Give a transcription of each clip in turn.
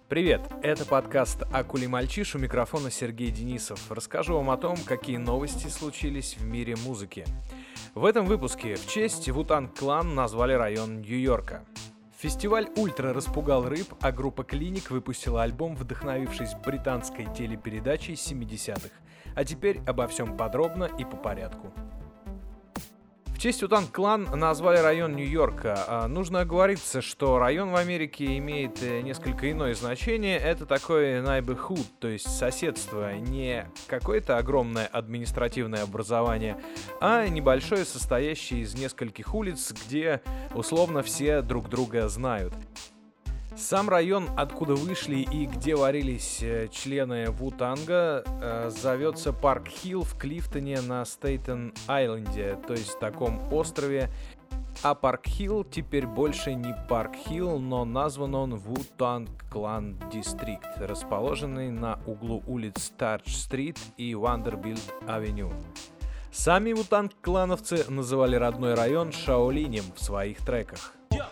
Привет, это подкаст «Акули мальчиш», у микрофона Сергей Денисов. Расскажу вам о том, какие новости случились в мире музыки. В этом выпуске в честь Wu-Tang Clan назвали район Нью-Йорка. Фестиваль «Ультра» распугал рыб, а группа «Клиник» выпустила альбом, вдохновившись британской телепередачей 70-х. А теперь обо всем подробно и по порядку. В честь Wu-Tang Clan назвали район Нью-Йорка. Нужно оговориться, что район в Америке имеет несколько иное значение. Это такое neighborhood, то есть соседство, не какое-то огромное административное образование, а небольшое, состоящее из нескольких улиц, где условно все друг друга знают. Сам район, откуда вышли и где варились члены Ву-Танга, зовется Парк-Хилл в Клифтоне на Стейтен-Айленде, то есть таком острове. А Парк-Хилл теперь больше не Парк-Хилл, но назван он Wu-Tang Clan District, расположенный на углу улиц Тадж-стрит и Вандербильт-авеню. Сами Wu-Tang-клановцы называли родной район Шаолинем в своих треках.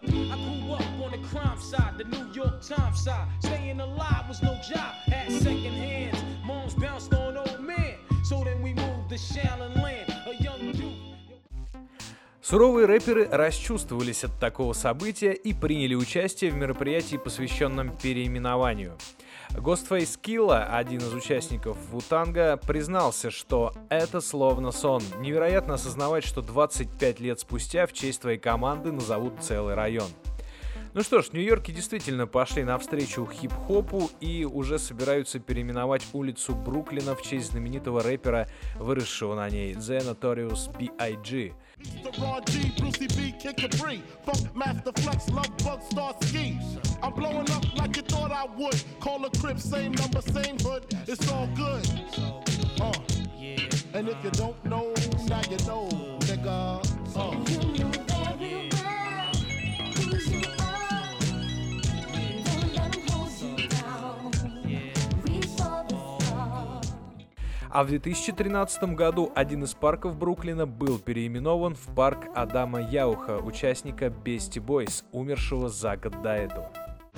Crime side, the New York Times side. Staying alive was no job. Had second hands. Moms bounced on old men. So then we moved to Shaolin Land. A young youth. Суровые рэперы расчувствовались от такого события и приняли участие в мероприятии, посвященном переименованию. Ghostface Killah, один из участников Ву-Танга, признался, что это словно сон. Невероятно осознавать, что 25 лет спустя в честь твоей команды назовут целый район. Ну что ж, в Нью-Йорке действительно пошли навстречу хип-хопу и уже собираются переименовать улицу Бруклина в честь знаменитого рэпера, выросшего на ней, The Notorious B.I.G. А в 2013 году один из парков Бруклина был переименован в парк Адама Яуха, участника Beastie Boys, умершего за год до этого.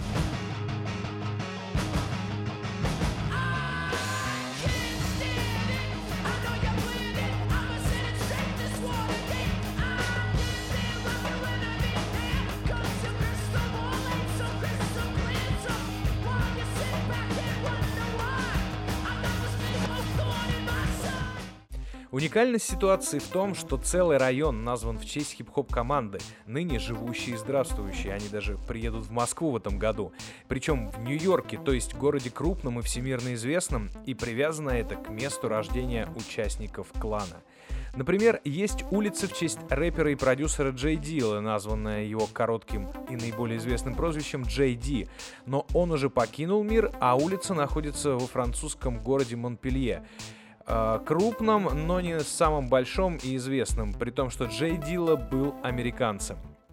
Уникальность ситуации в том, что целый район назван в честь хип-хоп-команды, ныне живущей и здравствующей. Они даже приедут в Москву в этом году. Причем в Нью-Йорке, то есть городе крупном и всемирно известном, и привязано это к месту рождения участников клана. Например, есть улица в честь рэпера и продюсера Джей Дилла, названная его коротким и наиболее известным прозвищем Джей Ди. Но он уже покинул мир, а улица находится во французском городе Монпелье. Крупном, но не самым большом и известным, при том, что Джей Дилла был американцем.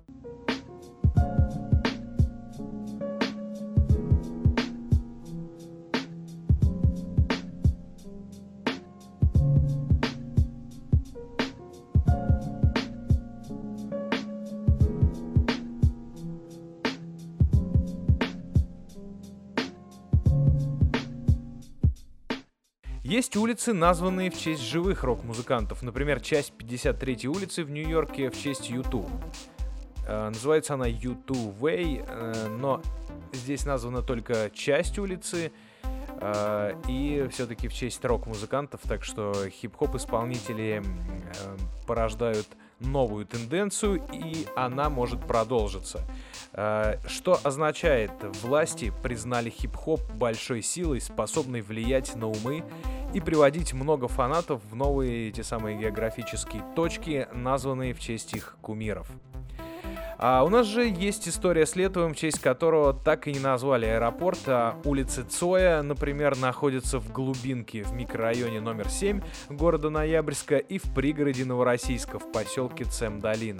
Есть улицы, названные в честь живых рок-музыкантов. Например, часть 53-й улицы в Нью-Йорке в честь U2. Называется она U2 Way, но здесь названа только часть улицы и все-таки в честь рок-музыкантов, так что хип-хоп-исполнители порождают новую тенденцию, и она может продолжиться. Что означает, власти признали хип-хоп большой силой, способной влиять на умы и приводить много фанатов в новые те самые географические точки, названные в честь их кумиров. А у нас же есть история с Летовым, в честь которого так и не назвали аэропорт, а улица Цоя, например, находится в глубинке в микрорайоне номер 7 города Ноябрьска и в пригороде Новороссийска в поселке Цем-Долина.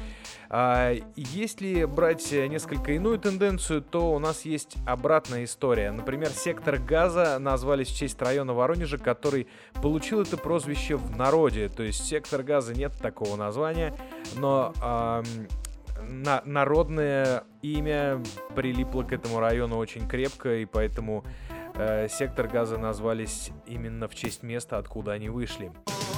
Если брать несколько иную тенденцию, то у нас есть обратная история. Например, сектор Газа назвали в честь района Воронежа, который получил это прозвище в народе. То есть сектор Газа нет такого названия, но народное имя прилипло к этому району очень крепко, и поэтому сектор газа назвались именно в честь места, откуда они вышли.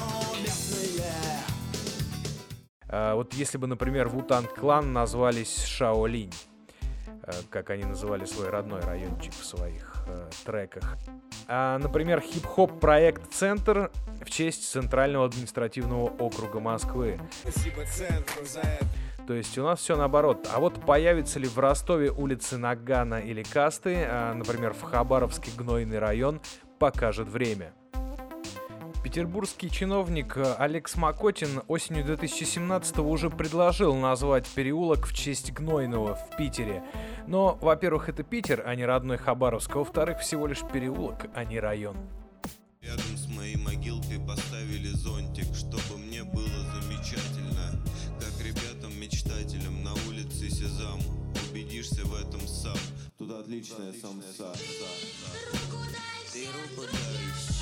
Вот если бы, например, Wu-Tang Clan назвались Шаолинь, как они называли свой родной райончик в своих треках. Например, хип-хоп проект «Центр» в честь Центрального административного округа Москвы. Спасибо центру за это. То есть у нас все наоборот. А вот появится ли в Ростове улицы Нагана или Касты, например, в Хабаровске Гнойный район, покажет время. Петербургский чиновник Олег Смокотин осенью 2017-го уже предложил назвать переулок в честь Гнойного в Питере. Но, во-первых, это Питер, а не родной Хабаровск, а во-вторых, всего лишь переулок, а не район. Рядом с моей могилкой поставили зонтик, чтобы мне было замечательно, как ребятам-мечтателям на улице Сезам. Убедишься в этом сам. Тут отличная самса. Ты руку дальше.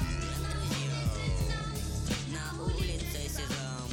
На улице Сезам.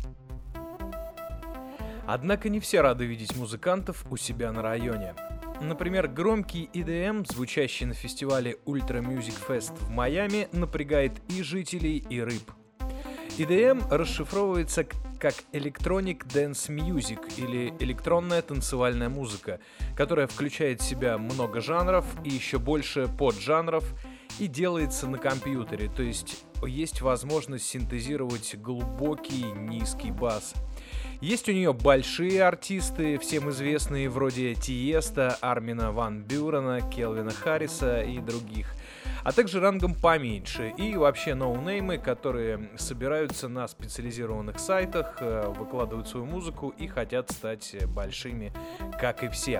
Однако не все рады видеть музыкантов у себя на районе. Например, громкий EDM, звучащий на фестивале Ultra Music Fest в Майами, напрягает и жителей, и рыб. EDM расшифровывается как Electronic Dance Music или электронная танцевальная музыка, которая включает в себя много жанров и еще больше поджанров и делается на компьютере, то есть возможность синтезировать глубокий низкий бас. Есть у нее большие артисты, всем известные, вроде Тиеста, Армина Ван Бюрена, Келвина Харриса и других, а также рангом поменьше и вообще ноунеймы, которые собираются на специализированных сайтах, выкладывают свою музыку и хотят стать большими, как и все.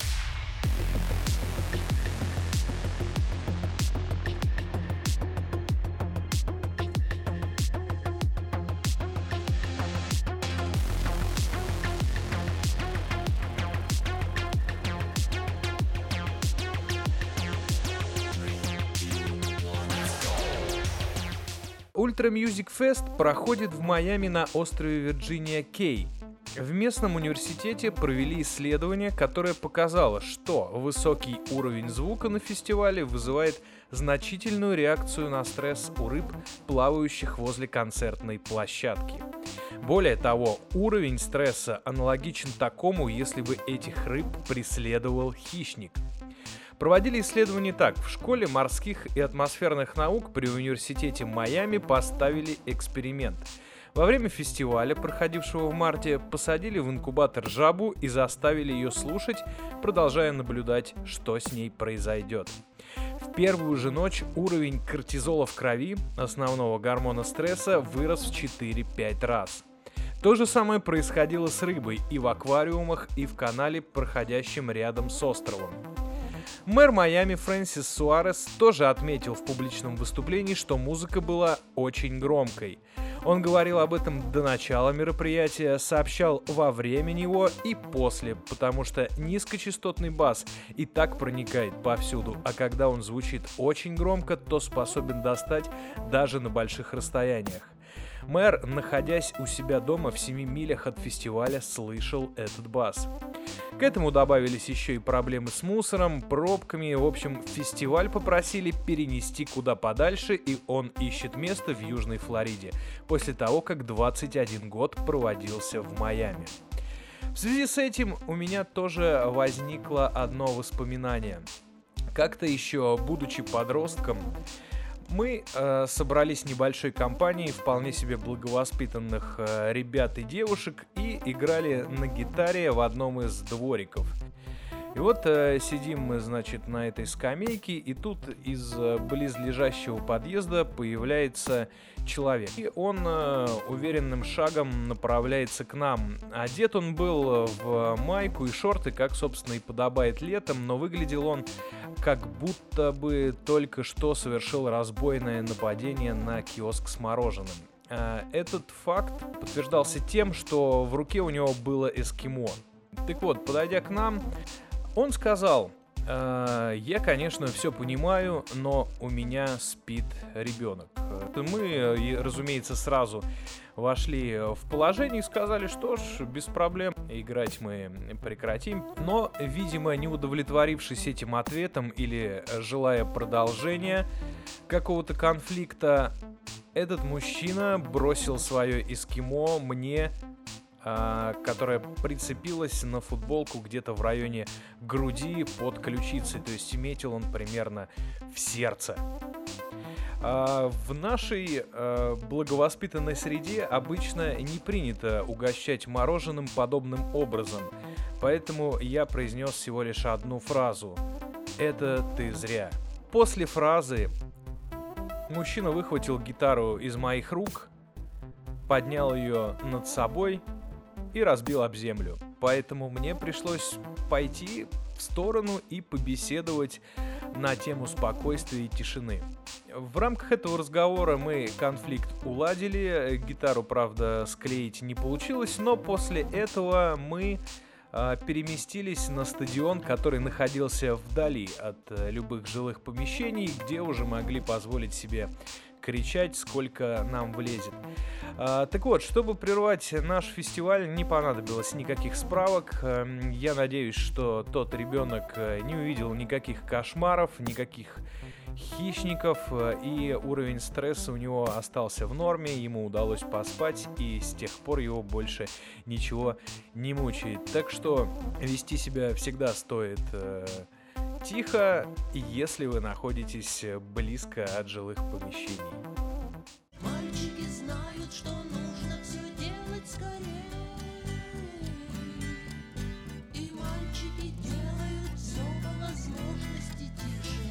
Ultra Music Fest проходит в Майами на острове Вирджиния Кей. В местном университете провели исследование, которое показало, что высокий уровень звука на фестивале вызывает значительную реакцию на стресс у рыб, плавающих возле концертной площадки. Более того, уровень стресса аналогичен такому, если бы этих рыб преследовал хищник. Проводили исследование так. В школе морских и атмосферных наук при университете Майами поставили эксперимент. Во время фестиваля, проходившего в марте, посадили в инкубатор жабу и заставили ее слушать, продолжая наблюдать, что с ней произойдет. В первую же ночь уровень кортизола в крови, основного гормона стресса, вырос в 4-5 раз. То же самое происходило с рыбой и в аквариумах, и в канале, проходящем рядом с островом. Мэр Майами Фрэнсис Суарес тоже отметил в публичном выступлении, что музыка была очень громкой. Он говорил об этом до начала мероприятия, сообщал во время него и после, потому что низкочастотный бас и так проникает повсюду, а когда он звучит очень громко, то способен достать даже на больших расстояниях. Мэр, находясь у себя дома в 7 милях от фестиваля, слышал этот бас. К этому добавились еще и проблемы с мусором, пробками. В общем, фестиваль попросили перенести куда подальше, и он ищет место в Южной Флориде, после того, как 21 год проводился в Майами. В связи с этим у меня тоже возникло одно воспоминание. Как-то еще, будучи подростком, мы собрались небольшой компанией вполне себе благовоспитанных ребят и девушек и играли на гитаре в одном из двориков. И вот сидим мы, значит, на этой скамейке, и тут из близлежащего подъезда появляется человек. И он уверенным шагом направляется к нам. Одет он был в майку и шорты, как, собственно, и подобает летом, но выглядел он как будто бы только что совершил разбойное нападение на киоск с мороженым. Этот факт подтверждался тем, что в руке у него было эскимо. Так вот, подойдя к нам, он сказал: Я, конечно, все понимаю, но у меня спит ребенок. Мы, разумеется, сразу вошли в положение и сказали, что ж, без проблем, играть мы прекратим. Но, видимо, не удовлетворившись этим ответом или желая продолжения какого-то конфликта, этот мужчина бросил свое эскимо мне, которая прицепилась на футболку где-то в районе груди под ключицей, то есть метил он примерно в сердце. В нашей благовоспитанной среде обычно не принято угощать мороженым подобным образом, поэтому я произнес всего лишь одну фразу: «Это ты зря». После фразы мужчина выхватил гитару из моих рук, поднял ее над собой и разбил об землю. Поэтому мне пришлось пойти в сторону и побеседовать на тему спокойствия и тишины. В рамках этого разговора мы конфликт уладили. Гитару, правда, склеить не получилось, но после этого мы переместились на стадион, который находился вдали от любых жилых помещений, где уже могли позволить себе кричать, сколько нам влезет. Так вот, чтобы прервать наш фестиваль, не понадобилось никаких справок. Я надеюсь, что тот ребенок не увидел никаких кошмаров, никаких хищников, и уровень стресса у него остался в норме, ему удалось поспать, и с тех пор его больше ничего не мучает. Так что вести себя всегда стоит тихо, если вы находитесь близко от жилых помещений. Мальчики знают, что нужно все делать скорее, и мальчики делают все по возможности тише.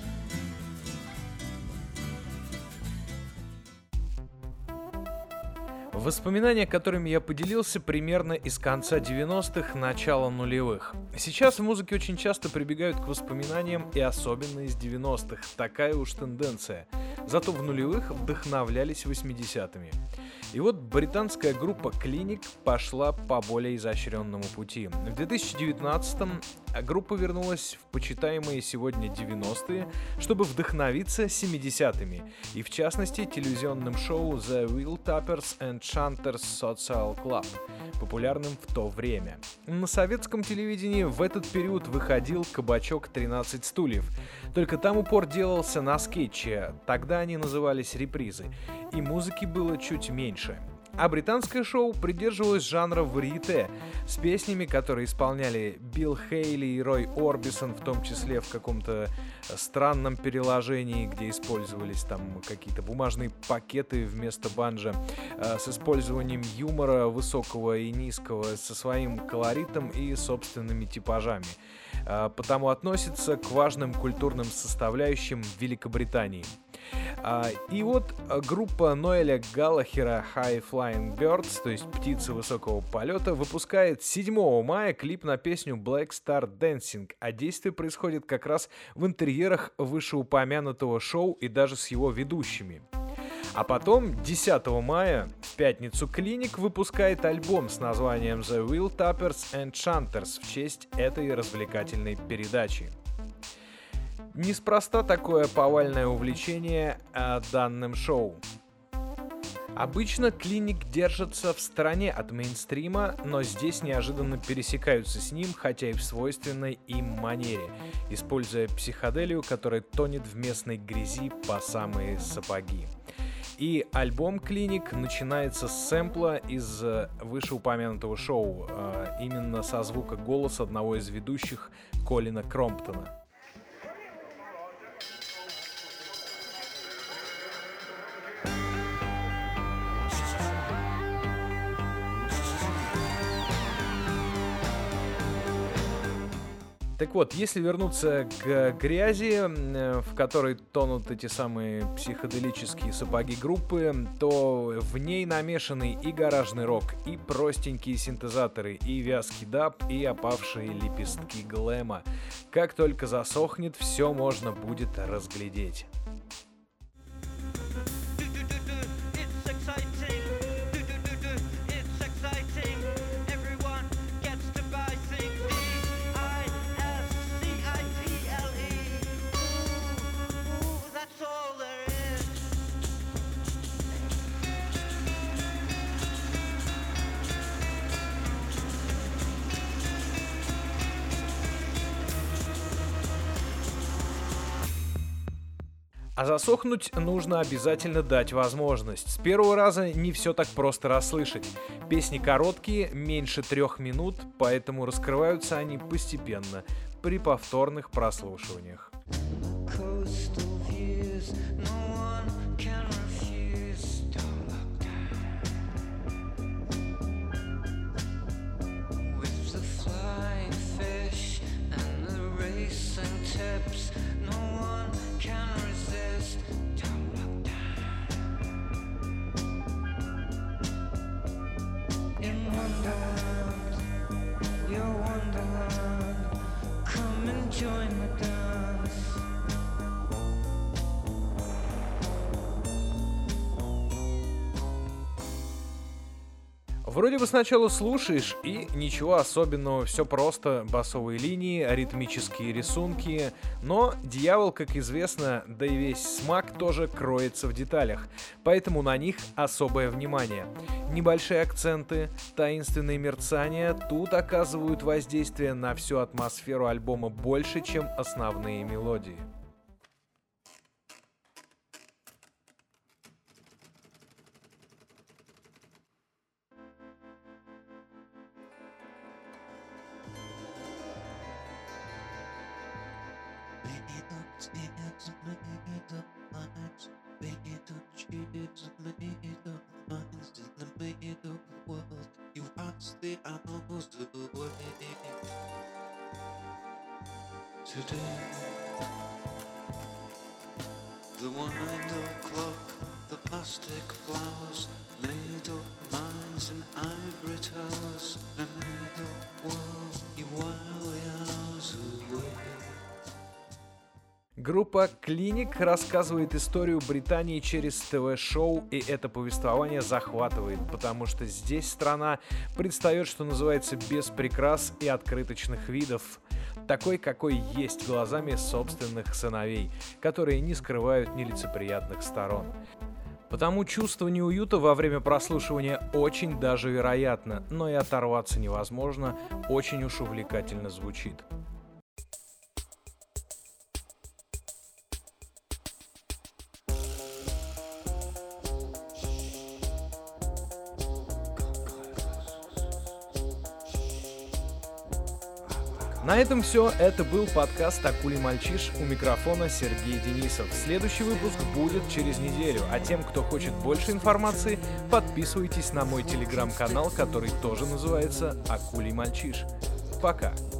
Воспоминания, которыми я поделился, примерно из конца 90-х, начала нулевых. Сейчас в музыке очень часто прибегают к воспоминаниям, и особенно из 90-х. Такая уж тенденция. Зато в нулевых вдохновлялись 80-ми. И вот британская группа Clinic пошла по более изощренному пути. В 2019-м группа вернулась в почитаемые сегодня 90-е, чтобы вдохновиться 70-ми, и в частности телевизионным шоу The Will Tappers and Chanters Social Club, популярным в то время. На советском телевидении в этот период выходил «Кабачок 13 стульев», только там упор делался на скетчи, тогда они назывались репризы, и музыки было чуть меньше. А британское шоу придерживалось жанра варьете, с песнями, которые исполняли Билл Хейли и Рой Орбисон, в том числе в каком-то странном переложении, где использовались там какие-то бумажные пакеты вместо банджо, с использованием юмора высокого и низкого, со своим колоритом и собственными типажами. Потому относится к важным культурным составляющим Великобритании. И вот группа Ноэля Галлахера High Flying Birds, то есть птицы высокого полета, выпускает 7 мая клип на песню Black Star Dancing, а действие происходит как раз в интерьерах вышеупомянутого шоу и даже с его ведущими. А потом, 10 мая, в пятницу, Clinic выпускает альбом с названием The Will Tappers and Chanters в честь этой развлекательной передачи. Неспроста такое повальное увлечение данным шоу. Обычно Clinic держится в стороне от мейнстрима, но здесь неожиданно пересекаются с ним, хотя и в свойственной им манере, используя психоделию, которая тонет в местной грязи по самые сапоги. И альбом Clinic начинается с сэмпла из вышеупомянутого шоу, именно со звука голоса одного из ведущих, Колина Кромптона. Так вот, если вернуться к грязи, в которой тонут эти самые психоделические сапоги группы, то в ней намешаны и гаражный рок, и простенькие синтезаторы, и вязкий даб, и опавшие лепестки глэма. Как только засохнет, все можно будет разглядеть. А засохнуть нужно обязательно дать возможность. С первого раза не все так просто расслышать. Песни короткие, меньше 3 минут, поэтому раскрываются они постепенно, при повторных прослушиваниях. Вроде бы сначала слушаешь, и ничего особенного, все просто, басовые линии, ритмические рисунки, но дьявол, как известно, да и весь смак тоже кроется в деталях, поэтому на них особое внимание. Небольшие акценты, таинственные мерцания тут оказывают воздействие на всю атмосферу альбома больше, чем основные мелодии. The wind-up clock, the plastic flowers, made up minds and ivory towers, a made-up world, you wildly hours away. Группа Clinic рассказывает историю Британии через ТВ-шоу, и это повествование захватывает, потому что здесь страна предстает, что называется, без прикрас и открыточных видов, такой, какой есть, глазами собственных сыновей, которые не скрывают нелицеприятных сторон. Потому чувство неуюта во время прослушивания очень даже вероятно, но и оторваться невозможно, очень уж увлекательно звучит. На этом все. Это был подкаст «Акулий мальчиш», у микрофона Сергей Денисов. Следующий выпуск будет через неделю, а тем, кто хочет больше информации, подписывайтесь на мой телеграм-канал, который тоже называется «Акулий мальчиш». Пока!